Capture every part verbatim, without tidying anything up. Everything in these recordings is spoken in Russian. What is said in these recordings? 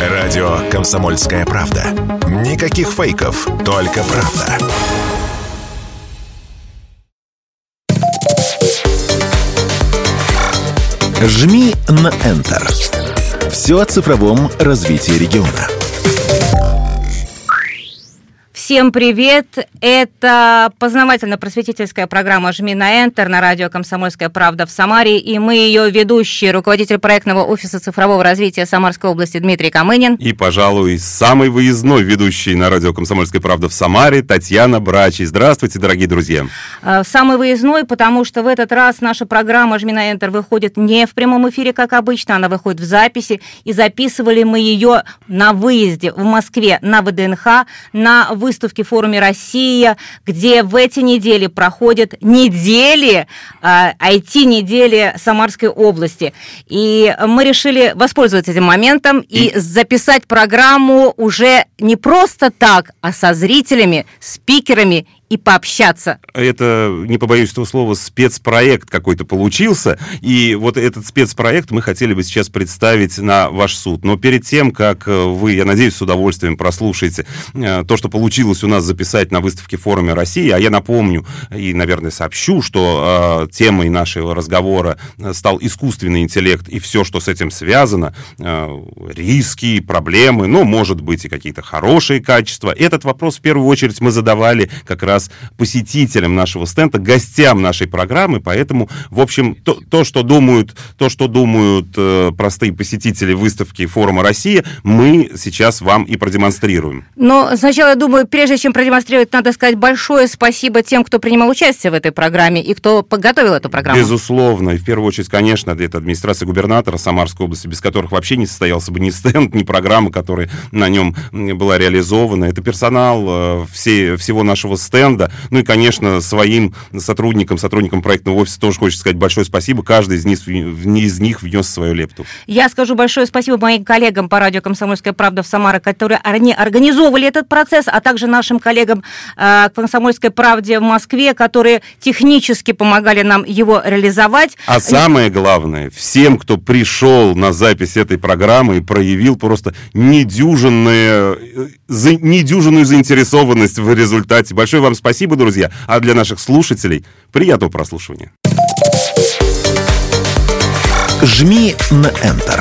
Радио «Комсомольская правда». Никаких фейков, только правда. Жми на Enter. Все о цифровом развитии региона. Всем привет! Это познавательно-просветительская программа «Жми на Enter» на радио «Комсомольская правда» в Самаре. И мы ее ведущие, руководитель проектного офиса цифрового развития Самарской области Дмитрий Камынин. И, пожалуй, самый выездной ведущий на радио «Комсомольская правда» в Самаре Татьяна Брачий. Здравствуйте, дорогие друзья! Самый выездной, потому что в этот раз наша программа «Жми на Enter» выходит не в прямом эфире, как обычно, она выходит в записи. И записывали мы ее на выезде в Москве на ВДНХ, на выставке выставке в форуме «Россия», где в эти недели проходят недели, ай ти-недели Самарской области. И мы решили воспользоваться этим моментом и, и записать программу уже не просто так, а со зрителями, спикерами и пообщаться. Это, не побоюсь этого слова, спецпроект какой-то получился, и вот этот спецпроект мы хотели бы сейчас представить на ваш суд. Но перед тем, как вы, я надеюсь, с удовольствием прослушаете то, что получилось у нас записать на выставке в форуме России, а я напомню и, наверное, сообщу, что э, темой нашего разговора стал искусственный интеллект и все, что с этим связано, э, риски, проблемы, ну, может быть, и какие-то хорошие качества. Этот вопрос в первую очередь мы задавали как раз посетителям нашего стенда, гостям нашей программы, поэтому, в общем, то, то что думают, то, что думают э, простые посетители выставки форума «Россия», мы сейчас вам и продемонстрируем. Но сначала, я думаю, прежде чем продемонстрировать, надо сказать большое спасибо тем, кто принимал участие в этой программе и кто подготовил эту программу. Безусловно, и в первую очередь, конечно, это администрация губернатора Самарской области, без которых вообще не состоялся бы ни стенд, ни программа, которая на нем была реализована. Это персонал э, все, всего нашего стенда. Ну и, конечно, своим сотрудникам, сотрудникам проектного офиса тоже хочется сказать большое спасибо. Каждый из них, из них внес свою лепту. Я скажу большое спасибо моим коллегам по радио «Комсомольская правда» в Самаре, которые они организовывали этот процесс, а также нашим коллегам э, «Комсомольской правде» в Москве, которые технически помогали нам его реализовать. А самое главное, всем, кто пришел на запись этой программы и проявил просто недюжинную, недюжинную заинтересованность в результате. Большое вам спасибо, друзья. А для наших слушателей приятного прослушивания. Жми на Enter.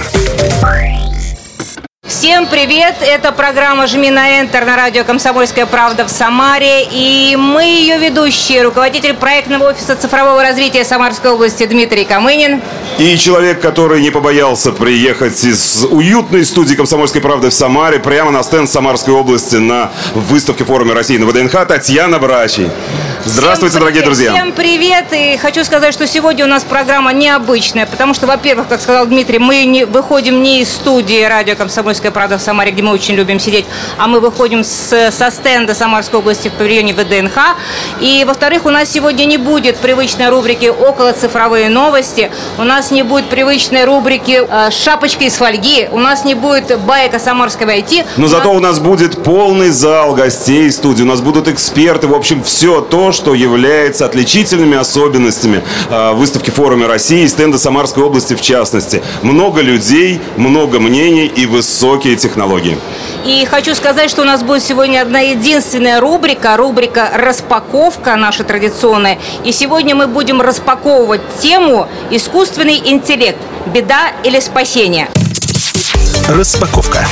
Всем привет! Это программа «Жми на Enter» на радио «Комсомольская правда» в Самаре. И мы ее ведущие, руководитель проектного офиса цифрового развития Самарской области Дмитрий Камынин. И человек, который не побоялся приехать из уютной студии «Комсомольской правды» в Самаре прямо на стенд Самарской области на выставке в форуме России на ВДНХ Татьяна Брачий. Здравствуйте, дорогие друзья! Всем привет! И хочу сказать, что сегодня у нас программа необычная, потому что, во-первых, как сказал Дмитрий, мы не выходим не из студии радио «Комсомольская правда» в Самаре, где мы очень любим сидеть, а мы выходим с, со стенда Самарской области в павильоне ВДНХ. И, во-вторых, у нас сегодня не будет привычной рубрики «Около цифровые новости», у нас не будет привычной рубрики э, «Шапочка из фольги», у нас не будет баек о самарского ай ти. Но зато у нас будет полный зал гостей студии, у нас будут эксперты, в общем, все то, что является отличительными особенностями э, выставки в форуме России и стенда Самарской области в частности. Много людей, много мнений и высокие технологии. И хочу сказать, что у нас будет сегодня одна единственная рубрика, рубрика «Распаковка» наша традиционная. И сегодня мы будем распаковывать тему «Искусственный интеллект. Беда или спасение?». Распаковка.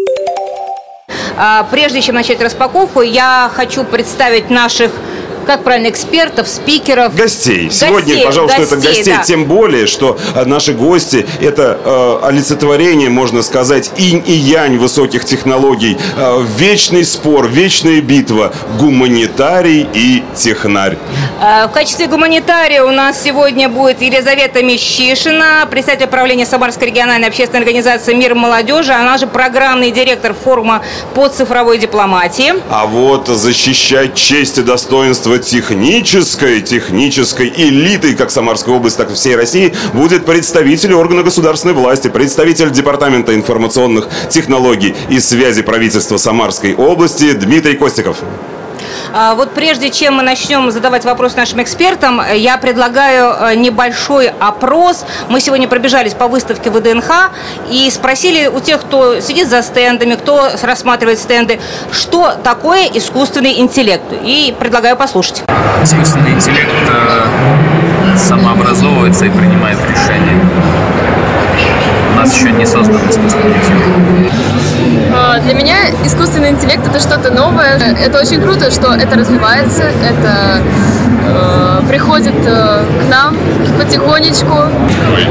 Прежде чем начать распаковку, я хочу представить наших, как правильно, экспертов, спикеров. Гостей. Гостей Сегодня, пожалуйста, гостей, это гостей, да. Тем более, что наши гости – это э, олицетворение, можно сказать, инь и янь высоких технологий. Э, вечный спор, вечная битва. Гуманитарий и технарь. Э, в качестве гуманитария у нас сегодня будет Елизавета Мещишина, председатель правления Самарской региональной общественной организации «Мир молодежи», она же программный директор форума по цифровой дипломатии. А вот защищать честь и достоинство технической, технической элиты, как Самарской области, так и всей России, будет представитель органа государственной власти, представитель Департамента информационных технологий и связи правительства Самарской области Дмитрий Костиков. Вот прежде чем мы начнем задавать вопрос нашим экспертам, я предлагаю небольшой опрос. Мы сегодня пробежались по выставке ВДНХ и спросили у тех, кто сидит за стендами, кто рассматривает стенды, что такое искусственный интеллект. И предлагаю послушать. Искусственный интеллект э, самообразовывается и принимает решения. У нас еще не создан искусственный интеллект. Для меня искусственный интеллект — это что-то новое. Это очень круто, что это развивается, это э, приходит э, к нам потихонечку. Ой.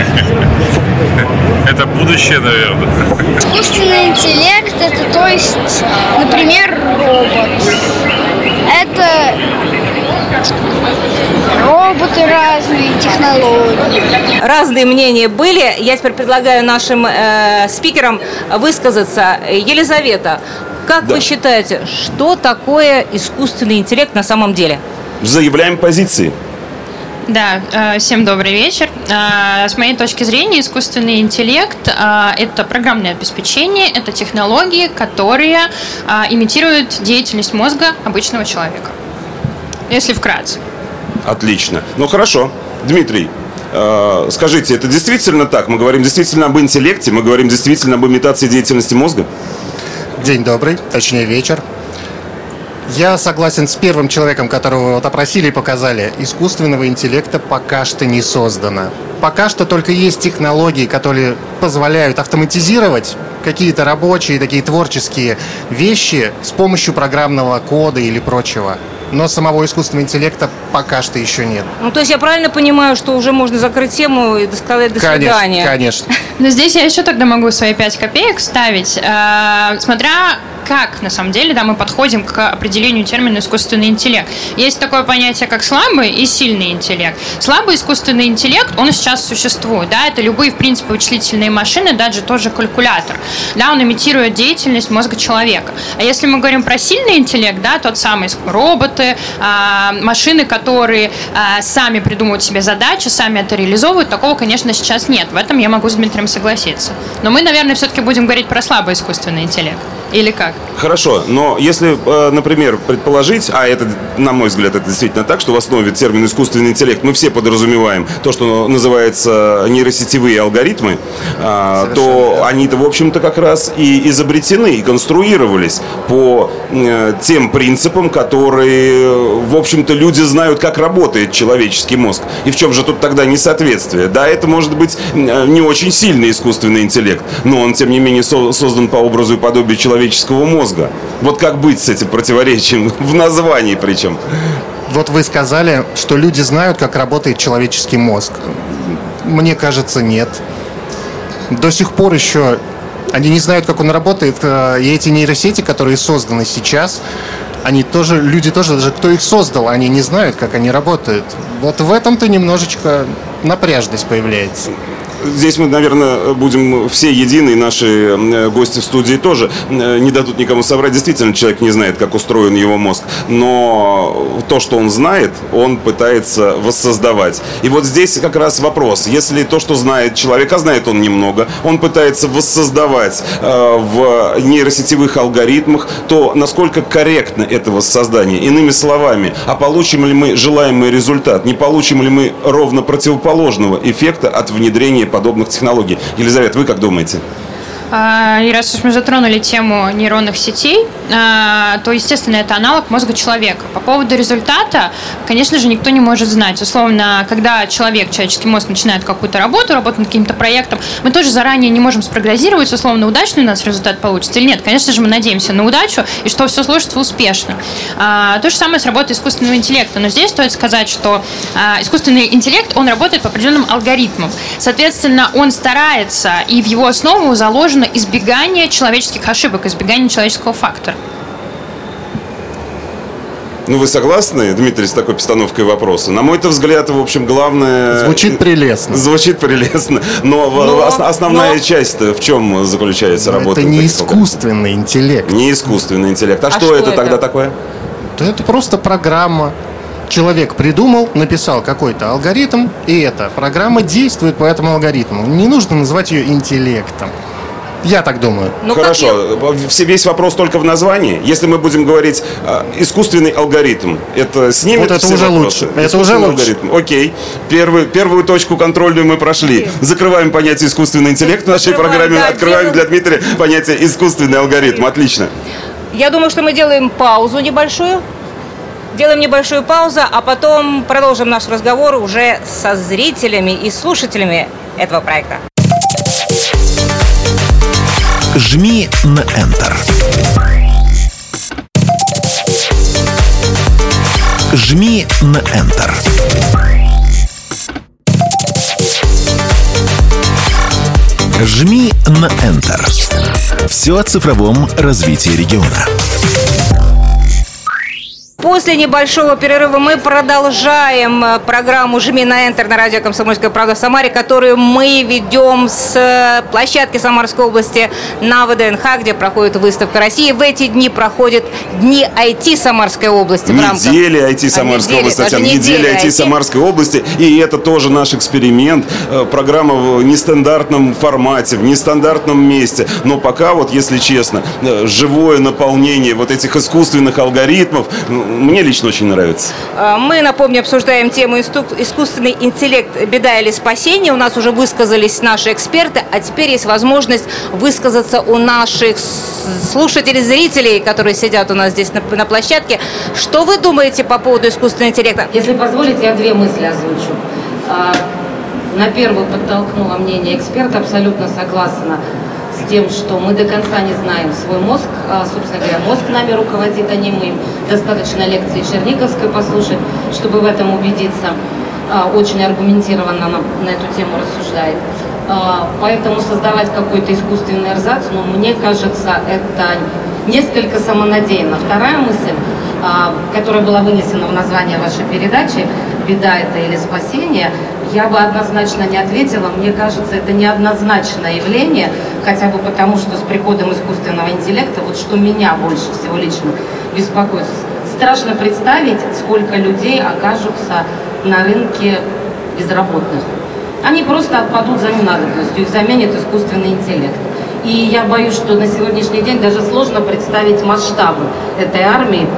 Это будущее, наверное. Искусственный интеллект — это, то есть, например, робот. Это роботы разные, технологии. Разные мнения были. Я теперь предлагаю нашим э, спикерам высказаться. Елизавета, как да. вы считаете, что такое искусственный интеллект на самом деле? Заявляем позиции. Да, всем добрый вечер. С моей точки зрения, искусственный интеллект – это программное обеспечение, это технологии, которые имитируют деятельность мозга обычного человека. Если вкратце. Отлично. Ну хорошо. Дмитрий, э, скажите, это действительно так? Мы говорим действительно об интеллекте, мы говорим действительно об имитации деятельности мозга? День добрый, точнее вечер. Я согласен с первым человеком, которого вот опросили и показали. Искусственного интеллекта пока что не создано. Пока что только есть технологии, которые позволяют автоматизировать какие-то рабочие, такие творческие вещи с помощью программного кода или прочего. Но самого искусственного интеллекта пока что еще нет. Ну, то есть я правильно понимаю, что уже можно закрыть тему и сказать «до конечно, свидания»? Конечно, Но здесь я еще тогда могу свои пять копеек ставить, э, смотря как, на самом деле, да, мы подходим к определению термина «искусственный интеллект». Есть такое понятие, как слабый и сильный интеллект. Слабый искусственный интеллект, он сейчас существует, да, это любые, в принципе, вычислительные машины, даже тоже калькулятор, да, он имитирует деятельность мозга человека. А если мы говорим про сильный интеллект, да, тот самый роботы, а, машины, которые а, сами придумывают себе задачи, сами это реализовывают, такого, конечно, сейчас нет. В этом я могу с Дмитрием согласиться. Но мы, наверное, все-таки будем говорить про слабый искусственный интеллект. Или как? Хорошо, но если, например, предположить, а это, на мой взгляд, это действительно так, что в основе термина искусственный интеллект мы все подразумеваем то, что называется нейросетевые алгоритмы, а, то они-то, в общем-то, как раз и изобретены, и конструировались по э, тем принципам, которые, в общем-то, люди знают, как работает человеческий мозг. И в чем же тут тогда несоответствие? Да, это может быть не очень сильный искусственный интеллект, но он, тем не менее, со- создан по образу и подобию человеческого человеческого мозга. Вот как быть с этим противоречием в названии причем? Вот вы сказали, что люди знают, как работает человеческий мозг. Мне кажется, нет. До сих пор еще они не знают, как он работает. И эти нейросети, которые созданы сейчас, они тоже, люди тоже, даже кто их создал, они не знают, как они работают. Вот в этом-то немножечко напряжность появляется. Здесь мы, наверное, будем все едины, и наши гости в студии тоже не дадут никому соврать. Действительно, человек не знает, как устроен его мозг. Но то, что он знает, он пытается воссоздавать. И вот здесь как раз вопрос. Если то, что знает человек, а знает он немного, он пытается воссоздавать э, в нейросетевых алгоритмах, то насколько корректно это воссоздание? Иными словами, а получим ли мы желаемый результат? Не получим ли мы ровно противоположного эффекта от внедрения подобных технологий? Елизавета, вы как думаете? И раз уж мы затронули тему нейронных сетей, то, естественно, это аналог мозга человека. По поводу результата, конечно же, никто не может знать. Условно, когда человек, человеческий мозг начинает какую-то работу, работать над каким-то проектом, мы тоже заранее не можем спрогнозировать, условно, удачный у нас результат получится или нет. Конечно же, мы надеемся на удачу и что все сложится успешно. То же самое с работой искусственного интеллекта. Но здесь стоит сказать, что искусственный интеллект, он работает по определенным алгоритмам. Соответственно, он старается, и в его основу заложено избегание человеческих ошибок, избегание человеческого фактора. Ну, вы согласны, Дмитрий, с такой постановкой вопроса? На мой-то взгляд, в общем, главное... Звучит прелестно. Звучит прелестно. Но, но основная но... часть-то в чем заключается работа? Это не искусственный интеллект. Не искусственный интеллект. А, а что, что это, это тогда такое? Да это просто программа. Человек придумал, написал какой-то алгоритм, и эта программа действует по этому алгоритму. Не нужно называть ее интеллектом. Я так думаю. Ну, хорошо. Все, весь вопрос только в названии. Если мы будем говорить э, искусственный алгоритм, это снимет вот это все уже вопросы? Лучше. Это уже алгоритм. лучше. Окей. Первый, первую точку контрольную мы прошли. Закрываем понятие искусственный интеллект в нашей Закрываем, программе. да, Открываем делаем... для Дмитрия понятие искусственный алгоритм. Отлично. Я думаю, что мы делаем паузу небольшую. Делаем небольшую паузу, а потом продолжим наш разговор уже со зрителями и слушателями этого проекта. Жми на Enter. Жми на Enter. Жми на Enter. Все о цифровом развитии региона. После небольшого перерыва мы продолжаем программу «Жми на Enter» на радио «Комсомольская правда» в Самаре, которую мы ведем с площадки Самарской области на ВДНХ, где проходит выставка России. В эти дни проходят дни ай ти Самарской области. Недели ай ти Самарской области, Татьяна, недели ай ти Самарской области. И это тоже наш эксперимент. Программа в нестандартном формате, в нестандартном месте. Но пока, вот если честно, живое наполнение вот этих искусственных алгоритмов мне лично очень нравится. Мы, напомню, обсуждаем тему искусственный интеллект, беда или спасение. У нас уже высказались наши эксперты, а теперь есть возможность высказаться у наших слушателей, зрителей, которые сидят у нас здесь на, на площадке. Что вы думаете по поводу искусственного интеллекта? Если позволите, я две мысли озвучу. На первую подтолкнуло мнение эксперта, абсолютно согласна с тем, что мы до конца не знаем свой мозг. Собственно говоря, мозг нами руководит, а не мы. Достаточно лекции Черниковской послушать, чтобы в этом убедиться. Очень аргументированно на, на эту тему рассуждает. Поэтому создавать какой-то искусственный эрзац, ну, мне кажется, это несколько самонадеянно. Вторая мысль, которая была вынесена в название вашей передачи, «Беда это или спасение», я бы однозначно не ответила. Мне кажется, это неоднозначное явление, хотя бы потому, что с приходом искусственного интеллекта, вот что меня больше всего лично беспокоит, страшно представить, сколько людей окажутся на рынке безработных. Они просто отпадут за ненадобностью, их заменит искусственный интеллект. И я боюсь, что на сегодняшний день даже сложно представить масштабы этой армии,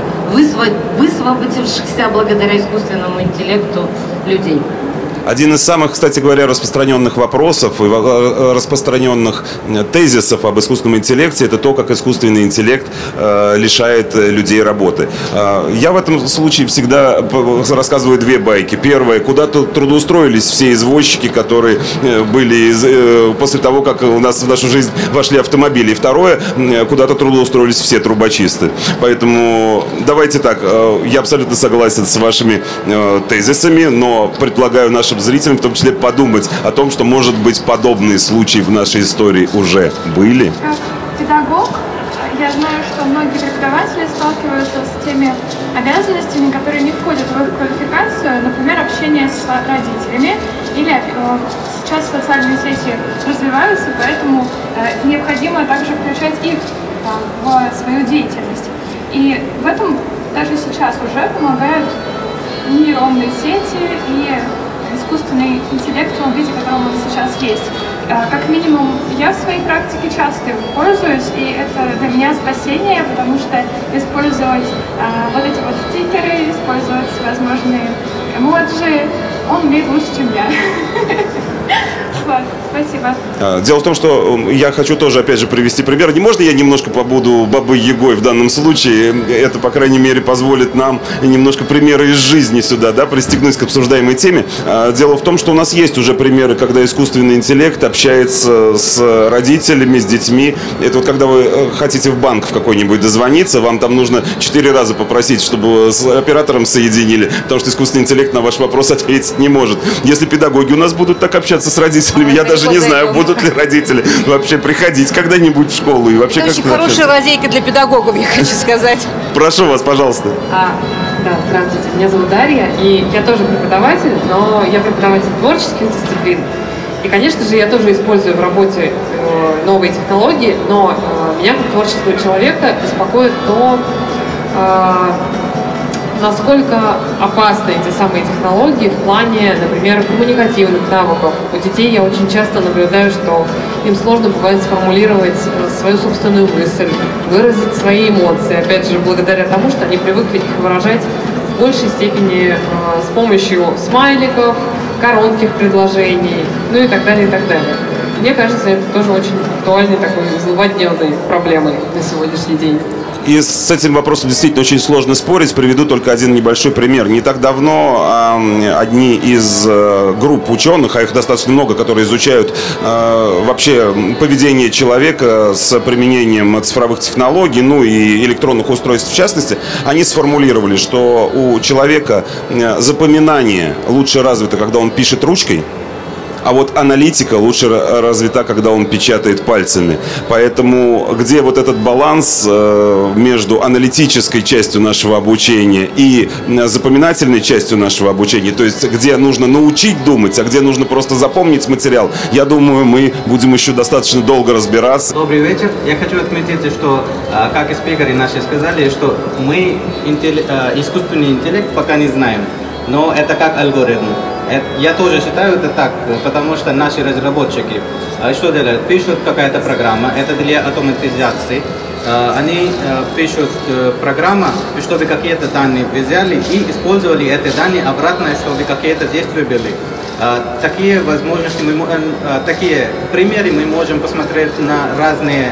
высвободившихся благодаря искусственному интеллекту людей. Один из самых, кстати говоря, распространенных вопросов и распространенных тезисов об искусственном интеллекте — это то, как искусственный интеллект э, лишает людей работы. Э, я в этом случае всегда рассказываю две байки. Первая: куда-то трудоустроились все извозчики, которые были э, после того, как у нас в нашу жизнь вошли автомобили. И второе: куда-то трудоустроились все трубочисты. Поэтому давайте так, э, я абсолютно согласен с вашими э, тезисами, но предлагаю нашим зрителям в том числе подумать о том, что, может быть, подобные случаи в нашей истории уже были. Как педагог, я знаю, что многие преподаватели сталкиваются с теми обязанностями, которые не входят в их квалификацию, например, общение с родителями, или сейчас социальные сети развиваются, поэтому необходимо также включать их в свою деятельность. И в этом даже сейчас уже помогают нейронные сети и искусственный интеллект в том виде, в котором он сейчас есть. Как минимум, я в своей практике часто им пользуюсь, и это для меня спасение, потому что использовать а, вот эти вот стикеры, использовать всевозможные эмоджи, он умеет лучше, чем я. Вот, спасибо. Дело в том, что я хочу тоже, опять же, привести пример. Не можно я немножко побуду бабой Ягой в данном случае? Это, по крайней мере, позволит нам немножко примеры из жизни сюда, да, пристегнуть к обсуждаемой теме. Дело в том, что у нас есть уже примеры, когда искусственный интеллект общается с родителями, с детьми. Это вот когда вы хотите в банк в какой-нибудь дозвониться, вам там нужно четыре раза попросить, чтобы с оператором соединили, потому что искусственный интеллект на ваш вопрос ответить не может. Если педагоги у нас будут так общаться с родителями, я даже не знаю, будут ли родители вообще приходить когда-нибудь в школу и вообще как-то. Очень хорошая лазейка для педагогов, я хочу сказать. Прошу вас, пожалуйста. А, да, здравствуйте, меня зовут Дарья, и я тоже преподаватель, но я преподаватель творческих дисциплин. И, конечно же, я тоже использую в работе э, новые технологии, но э, меня как творческого человека беспокоит то, э, насколько опасны эти самые технологии в плане, например, коммуникативных навыков. У детей я очень часто наблюдаю, что им сложно бывает сформулировать свою собственную мысль, выразить свои эмоции, опять же, благодаря тому, что они привыкли их выражать в большей степени э, с помощью смайликов, коротких предложений, ну и так далее, и так далее. Мне кажется, это тоже очень актуальной такой злободневной проблемой на сегодняшний день. И с этим вопросом действительно очень сложно спорить. Приведу только один небольшой пример. Не так давно э, одни из э, групп ученых, а их достаточно много, которые изучают э, вообще поведение человека с применением цифровых технологий, ну и электронных устройств в частности, они сформулировали, что у человека запоминание лучше развито, когда он пишет ручкой, а вот аналитика лучше развита, когда он печатает пальцами. Поэтому где вот этот баланс между аналитической частью нашего обучения и запоминательной частью нашего обучения, то есть где нужно научить думать, а где нужно просто запомнить материал, я думаю, мы будем еще достаточно долго разбираться. Добрый вечер. Я хочу отметить, что, как и спикеры наши сказали, что мы искусственный интеллект пока не знаем, но это как алгоритм. Я тоже считаю это так, потому что наши разработчики что делают? Пишут какая-то программа, это для автоматизации. Они пишут программу, чтобы какие-то данные взяли и использовали эти данные обратно, чтобы какие-то действия были. Такие возможности, мы, такие примеры мы можем посмотреть на разные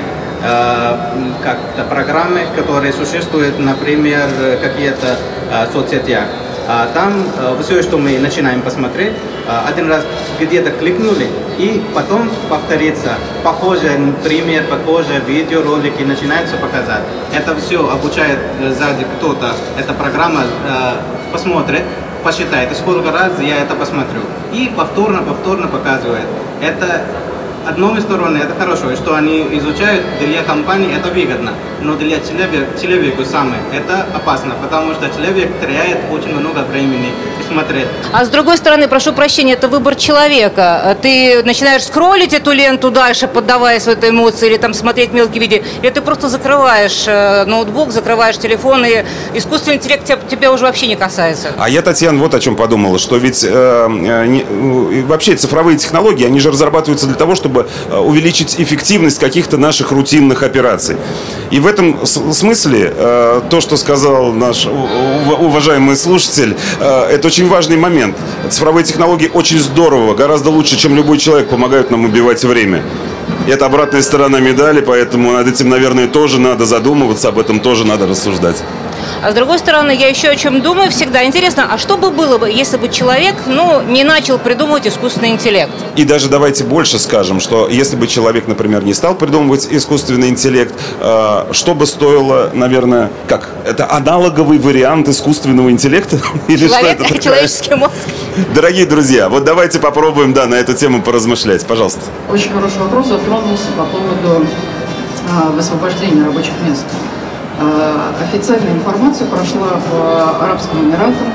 как-то программы, которые существуют, например, какие-то соцсетях. Там все, что мы начинаем посмотреть, один раз где-то кликнули, и потом повторится похожий пример, похожие видеоролики начинаются показать. Это все обучает сзади кто-то, эта программа посмотрит, посчитает, сколько раз я это посмотрю, и повторно, повторно показывает. Это одной стороны, это хорошо, что они изучают, для компании это выгодно, но для человека, человеку самому это опасно, потому что человек теряет очень много времени смотреть. А с другой стороны, прошу прощения, это выбор человека. Ты начинаешь скроллить эту ленту дальше, поддаваясь в эту эмоцию, или там смотреть мелкие видео, или ты просто закрываешь ноутбук, закрываешь телефон, и искусственный интеллект тебя, тебя уже вообще не касается. А я, Татьяна, вот о чем подумала, что ведь э, не, вообще цифровые технологии, они же разрабатываются для того, чтобы увеличить эффективность каких-то наших рутинных операций. И в этом смысле э, то, что сказал наш уважаемый слушатель, э, это очень важный момент. Цифровые технологии очень здорово, гораздо лучше, чем любой человек, помогают нам убивать время. И это обратная сторона медали, поэтому над этим, наверное, тоже надо задумываться, об этом тоже надо рассуждать. А с другой стороны, я еще о чем думаю всегда. Интересно, а что бы было бы, если бы человек, ну, не начал придумывать искусственный интеллект? И даже давайте больше скажем, что если бы человек, например, не стал придумывать искусственный интеллект, э, что бы стоило, наверное, как? Это аналоговый вариант искусственного интеллекта? Или человек, что это человеческий мозг. Дорогие друзья, вот давайте попробуем, да, на эту тему поразмышлять. Пожалуйста. Очень хороший вопрос затронулся по поводу а, высвобождения рабочих мест. Официальная информация прошла по Арабским Эмиратам,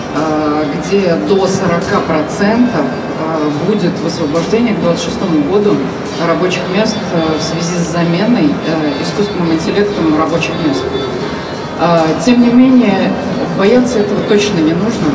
где до сорока процентов будет высвобождение к двадцать шестому году рабочих мест в связи с заменой искусственным интеллектом рабочих мест. Тем не менее, бояться этого точно не нужно.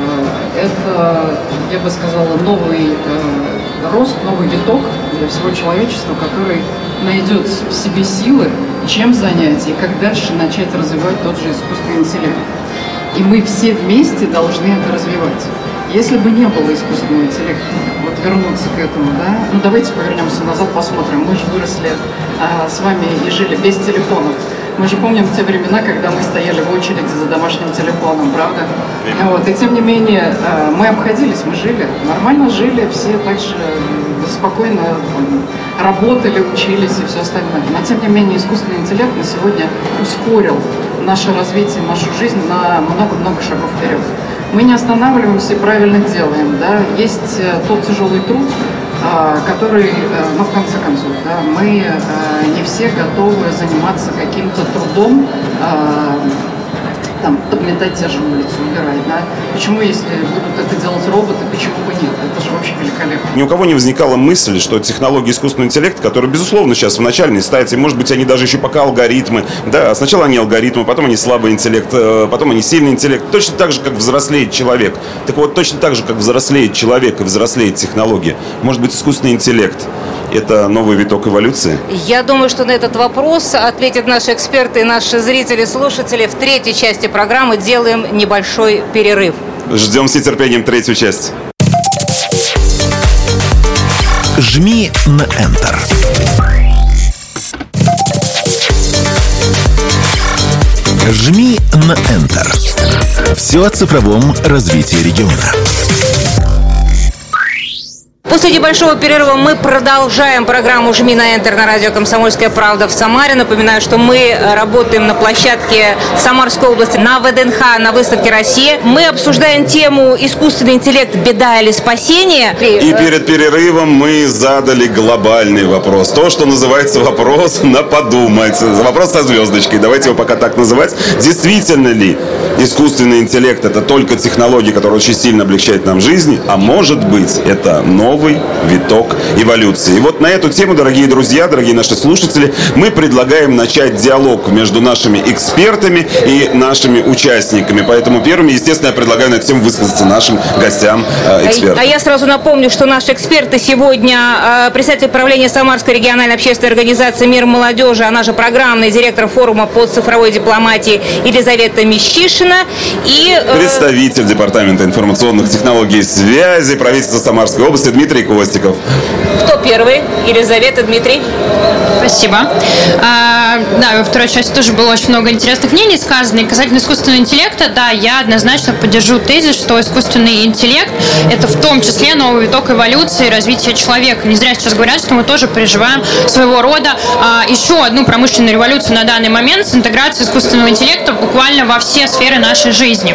Это, я бы сказала, новый рост, новый виток для всего человечества, который найдет в себе силы, чем занять и как дальше начать развивать тот же искусственный интеллект. И мы все вместе должны это развивать. Если бы не было искусственного интеллекта, вот вернуться к этому, да, ну давайте повернемся назад, посмотрим. Мы же выросли а, с вами и жили без телефонов. Мы же помним те времена, когда мы стояли в очереди за домашним телефоном, правда? Вот. И тем не менее, мы обходились, мы жили, нормально жили, все так же спокойно там, работали, учились и все остальное. Но тем не менее, искусственный интеллект на сегодня ускорил наше развитие, нашу жизнь на много-много шагов вперед. Мы не останавливаемся и правильно делаем, да? Есть тот тяжелый труд, который, ну, в конце концов, да, мы не все готовы заниматься каким-то трудом там, подметать те же улицы, убирать, да? Почему, если будут это делать роботы, почему бы нет? Это же вообще великолепно. Ни у кого не возникала мысль, что технологии искусственного интеллекта, которые, безусловно, сейчас в начальной стадии, может быть, они даже еще пока алгоритмы, да, сначала они алгоритмы, потом они слабый интеллект, потом они сильный интеллект, точно так же, как взрослеет человек. Так вот, точно так же, как взрослеет человек и взрослеет технология, может быть, искусственный интеллект – это новый виток эволюции? Я думаю, что на этот вопрос ответят наши эксперты и наши зрители, слушатели. В третьей части программы делаем небольшой перерыв. Ждем с нетерпением третью часть. Жми на Enter. Жми на Enter. Все о цифровом развитии региона. После небольшого перерыва мы продолжаем программу «Жми на Enter» на радио «Комсомольская правда» в Самаре. Напоминаю, что мы работаем на площадке Самарской области на ВДНХ, на выставке «Россия». Мы обсуждаем тему «Искусственный интеллект. Беда или спасение?». И перед перерывом мы задали глобальный вопрос. То, что называется вопрос на подумать. Вопрос со звездочкой. Давайте его пока так называть. Действительно ли искусственный интеллект – это только технология, которая очень сильно облегчает нам жизнь? А может быть, это новый виток эволюции. И вот на эту тему, дорогие друзья, дорогие наши слушатели, мы предлагаем начать диалог между нашими экспертами и нашими участниками. Поэтому первыми, естественно, я предлагаю на эту тему высказаться нашим гостям, э, экспертам. А я сразу напомню, что наши эксперты сегодня э, председатель правления Самарской региональной общественной организации «Мир молодежи», она же программный директор форума по цифровой дипломатии Елизавета Мещишина и... Э... представитель департамента информационных технологий и связи правительства Самарской области Дмитрий Костиков. Кто первый? Елизавета, Дмитрий. Спасибо. А, да, во второй части тоже было очень много интересных мнений сказано. И касательно искусственного интеллекта, да, я однозначно поддержу тезис, что искусственный интеллект – это в том числе новый виток эволюции и развития человека. Не зря сейчас говорят, что мы тоже переживаем своего рода а, еще одну промышленную революцию на данный момент с интеграцией искусственного интеллекта буквально во все сферы нашей жизни.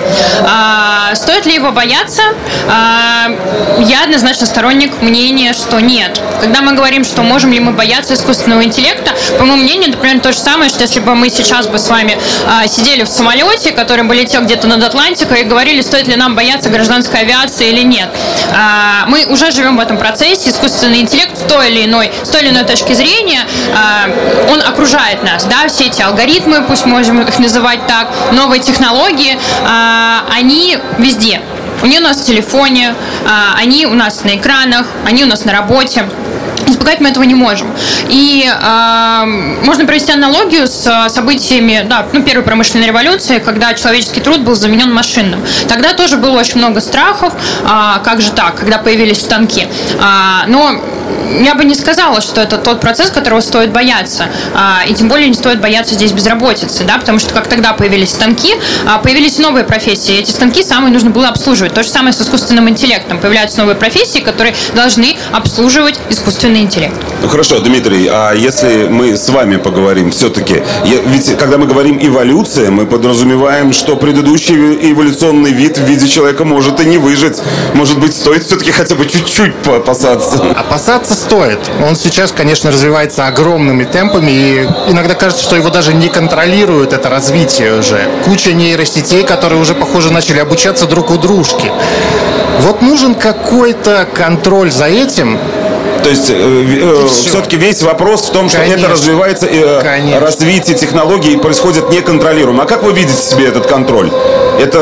А, стоит ли его бояться? А, я однозначно сторонник мнения, что нет. Когда мы говорим, что можем ли мы бояться искусственного интеллекта, по моему мнению, это примерно то же самое, что если бы мы сейчас бы с вами а, сидели в самолете, который бы летел где-то над Атлантикой, и говорили, стоит ли нам бояться гражданской авиации или нет. А, мы уже живем в этом процессе. Искусственный интеллект в той или иной, с той или иной точки зрения, а, он окружает нас, да, все эти алгоритмы, пусть можем их называть так, новые технологии, а, они везде. Они у нас в телефоне, они у нас на экранах, они у нас на работе. Избегать мы этого не можем. И э, можно провести аналогию с событиями, да, ну, первой промышленной революции, когда человеческий труд был заменен машинным. Тогда тоже было очень много страхов, э, как же так, когда появились станки. Э, но я бы не сказала, что это тот процесс, которого стоит бояться. Э, и тем более не стоит бояться здесь безработицы, да, потому что как тогда появились станки, э, появились новые профессии. Эти станки самые нужно было обслуживать. То же самое с искусственным интеллектом. Появляются новые профессии, которые должны обслуживать искусственный интеллект. Ну хорошо, Дмитрий, а если мы с вами поговорим все-таки, ведь когда мы говорим эволюция, мы подразумеваем, что предыдущий эволюционный вид в виде человека может и не выжить. Может быть, стоит все-таки хотя бы чуть-чуть опасаться? Опасаться стоит. Он сейчас, конечно, развивается огромными темпами, и иногда кажется, что его даже не контролирует это развитие уже. Куча нейросетей, которые уже, похоже, начали обучаться друг у дружки. Вот нужен какой-то контроль за этим. То есть э, э, все-таки весь вопрос в том, что Конечно. это развивается, э, развитие технологий происходит неконтролируемо. А как вы видите себе этот контроль? Это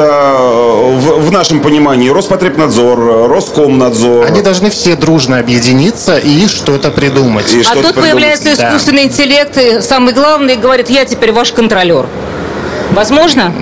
в, в нашем понимании Роспотребнадзор, Роскомнадзор. Они должны все дружно объединиться и что-то придумать. И а тут придумать. Появляется искусственный да. интеллект, и самый главный говорит, я теперь ваш контролер. Возможно?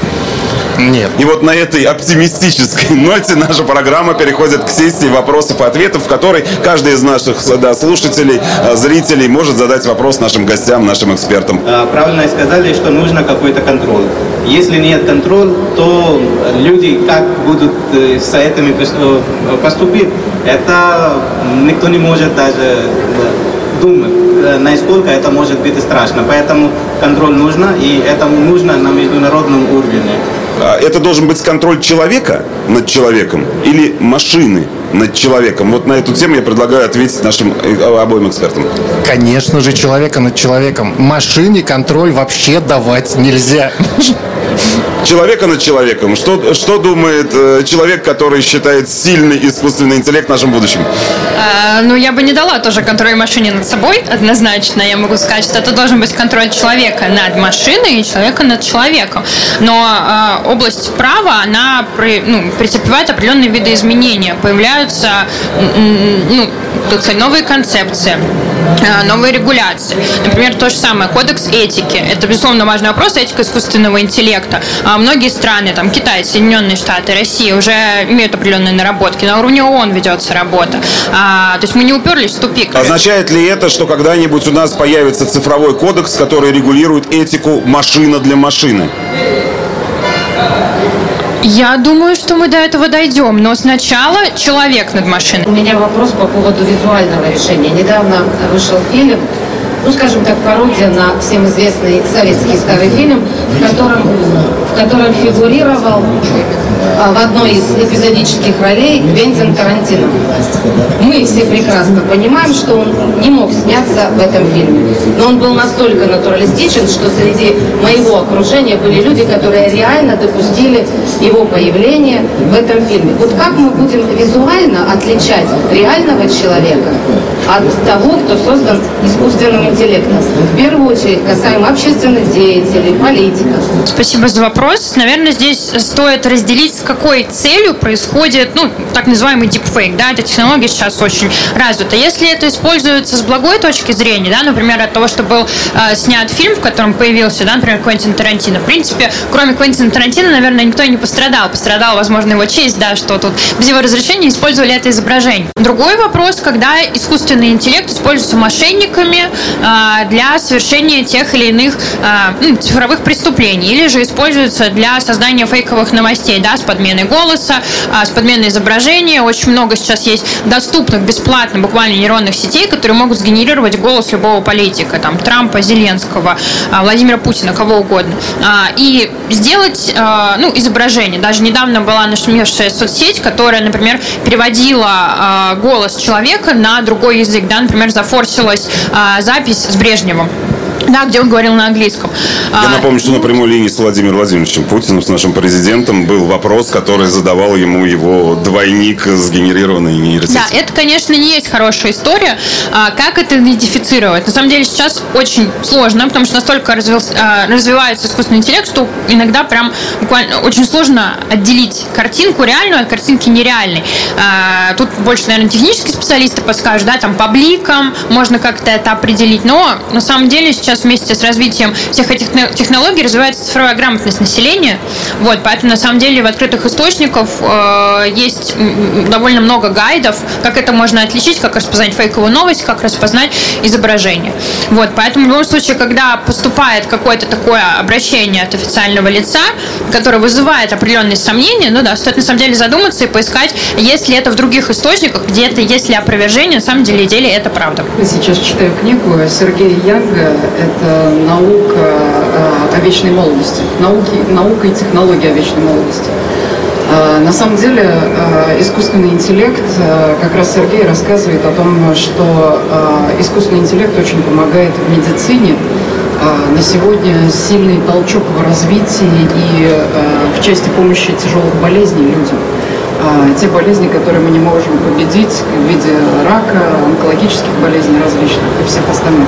Нет. И вот на этой оптимистической ноте наша программа переходит к сессии вопросов и ответов, в которой каждый из наших да, слушателей, зрителей может задать вопрос нашим гостям, нашим экспертам. Правильно сказали, что нужно какой-то контроль. Если нет контроля, то люди как будут с этими поступить, это никто не может даже думать, насколько это может быть страшно. Поэтому контроль нужно, и это нужно на международном уровне. Это должен быть контроль человека над человеком или машины над человеком? Вот на эту тему я предлагаю ответить нашим обоим экспертам. Конечно же, человека над человеком. Машине контроль вообще давать нельзя. Человека над человеком. Что, что думает э, человек, который считает сильный искусственный интеллект нашим будущим? А, ну, я бы не дала тоже контроль машине над собой, однозначно. Я могу сказать, что это должен быть контроль человека над машиной и человека над человеком. Но а, область права, она при, ну, претерпевает определенные виды изменения. Появляются ну, так сказать, новые концепции, новые регуляции. Например, то же самое, кодекс этики. Это, безусловно, важный вопрос, этика искусственного интеллекта. А многие страны, там, Китай, Соединенные Штаты, Россия уже имеют определенные наработки. На уровне ООН ведется работа. А, то есть мы не уперлись в тупик. Означает ли это, что когда-нибудь у нас появится цифровой кодекс, который регулирует этику машина для машины? Я думаю, что мы до этого дойдем, но сначала человек над машиной. У меня вопрос по поводу визуального решения. Недавно вышел фильм, ну, скажем так, пародия на всем известный советский старый фильм, в котором, в котором фигурировал а, в одной из эпизодических ролей Квентин Тарантино. Мы все прекрасно понимаем, что он не мог сняться в этом фильме. Но он был настолько натуралистичен, что среди моего окружения были люди, которые реально допустили его появление в этом фильме. Вот как мы будем визуально отличать реального человека от того, кто создан искусственным интеллектом? В первую очередь касаемо общественных деятелей, политиков. Спасибо за вопрос. Наверное, здесь стоит разделить, с какой целью происходит, ну, так называемый deepfake, да, эта технология сейчас очень развита. Если это используется с благой точки зрения, да, например, от того, что был э, снят фильм, в котором появился, да, например, Квентин Тарантино. В принципе, кроме Квентина Тарантино, наверное, никто и не пострадал. Пострадала, возможно, его честь, да, что тут без его разрешения использовали это изображение. Другой вопрос, когда искусственный интеллект используется мошенниками э, для совершения тех или иных э, ну, цифровых преступлений, или же используется для создания фейковых новостей, да, с подменой голоса, э, с подменой изображения. Очень много сейчас есть доступных бесплатно буквально нейронных сетей, которые могут сгенерировать голос любого политика, там, Трампа, Зеленского, э, Владимира Путина, кого угодно. Э, и сделать э, ну, изображение. Даже недавно была нашумевшая соцсеть, которая, например, переводила э, голос человека на другой язык, да, например, зафорсилась э, запись с Брежневым. Да, где он говорил на английском. Я напомню, что на прямой линии с Владимиром Владимировичем Путиным, с нашим президентом, был вопрос, который задавал ему его двойник, сгенерированный нейросетью. Да, это, конечно, не есть хорошая история. Как это идентифицировать? На самом деле сейчас очень сложно, потому что настолько развивается искусственный интеллект, что иногда прям буквально очень сложно отделить картинку реальную от картинки нереальной. Тут больше, наверное, технические специалисты подскажут, да, там по бликам можно как-то это определить, но на самом деле сейчас вместе с развитием всех этих технологий развивается цифровая грамотность населения. Вот, поэтому на самом деле в открытых источниках э, есть довольно много гайдов, как это можно отличить, как распознать фейковую новость, как распознать изображение. Вот, поэтому в любом случае, когда поступает какое-то такое обращение от официального лица, которое вызывает определенные сомнения, ну да, стоит на самом деле задуматься и поискать, есть ли это в других источниках, где-то есть ли опровержение, на самом деле, деле это правда. Сейчас читаю книгу Сергея Янга. Это наука о вечной молодости, науки, наука и технология о вечной молодости. На самом деле искусственный интеллект, как раз Сергей рассказывает о том, что искусственный интеллект очень помогает в медицине. На сегодня сильный толчок в развитии и в части помощи тяжелых болезней людям. Те болезни, которые мы не можем победить в виде рака, онкологических болезней различных и всех остальных.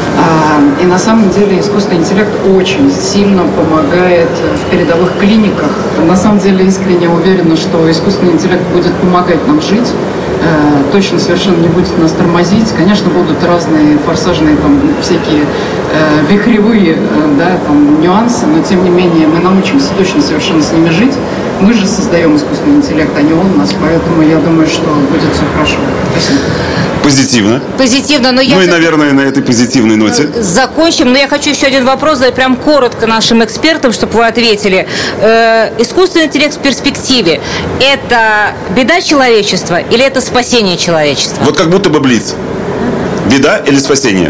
И на самом деле искусственный интеллект очень сильно помогает в передовых клиниках. На самом деле искренне уверена, что искусственный интеллект будет помогать нам жить, точно совершенно не будет нас тормозить. Конечно, будут разные форсажные там, всякие вихревые да, там, нюансы, но тем не менее мы научимся точно совершенно с ними жить. Мы же создаем искусственный интеллект, а не он у нас, поэтому я думаю, что будет все хорошо. Спасибо. Позитивно. Позитивно, но я... Ну и, наверное, на этой позитивной ноте. Закончим, но я хочу еще один вопрос задать прям коротко нашим экспертам, чтобы вы ответили. Э, искусственный интеллект в перспективе – это беда человечества или это спасение человечества? Вот как будто бы блиц. Беда или спасение?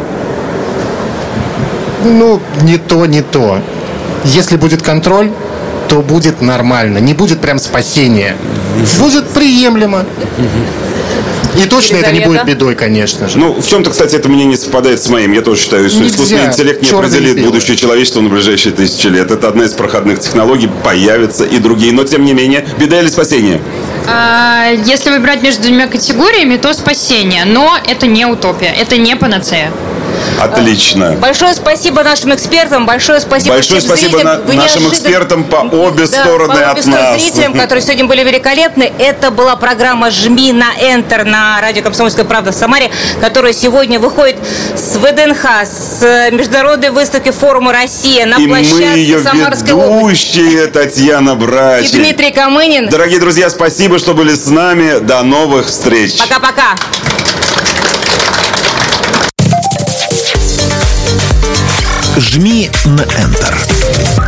Ну, не то, не то. Если будет контроль, то будет нормально. Не будет прям спасения. Будет приемлемо. И точно это не будет бедой, конечно же. Ну, в чем-то, кстати, это мнение совпадает с моим. Я тоже считаю, что Нельзя. искусственный интеллект не Черное и определит белое. будущее человечества на ближайшие тысячи лет. Это одна из проходных технологий, появятся и другие. Но, тем не менее, беда или спасение? А, Если выбирать между двумя категориями, то спасение. Но это не утопия, это не панацея. Отлично. Большое спасибо нашим экспертам, большое спасибо Большое всем спасибо зрителям. на- Вы нашим неожиданно- экспертам по обе Да, стороны по обе от стороны нас. зрителям, которые сегодня были великолепны. Это была программа «Жми на Enter» на радио «Комсомольская правда» в Самаре, которая сегодня выходит с ВДНХ, с международной выставки форума «Россия» на И мы площадке ее Самарской области. ведущие, Татьяна И Брач. Дмитрий Камынин. Дорогие друзья, спасибо, что были с нами. До новых встреч. Пока-пока. «Жми на Enter».